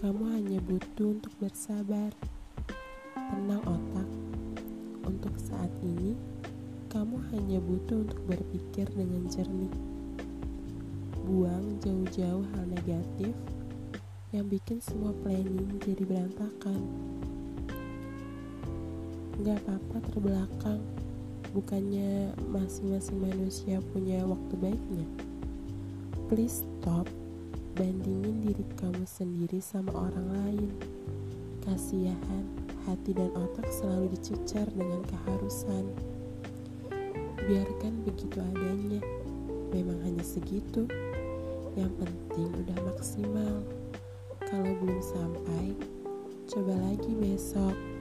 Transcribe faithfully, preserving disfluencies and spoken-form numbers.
kamu hanya butuh untuk bersabar. Tenang otak, untuk saat ini kamu hanya butuh untuk berpikir dengan jernih. Buang jauh-jauh hal negatif yang bikin semua planning jadi berantakan. Gak apa-apa terbelakang, bukannya masing-masing manusia punya waktu baiknya. Please stop bandingin diri kamu sendiri sama orang lain. Kasihan, hati dan otak selalu dicecar dengan keharusan. Biarkan begitu adanya, memang hanya segitu. Yang penting udah maksimal. Kalau belum sampai, coba lagi besok.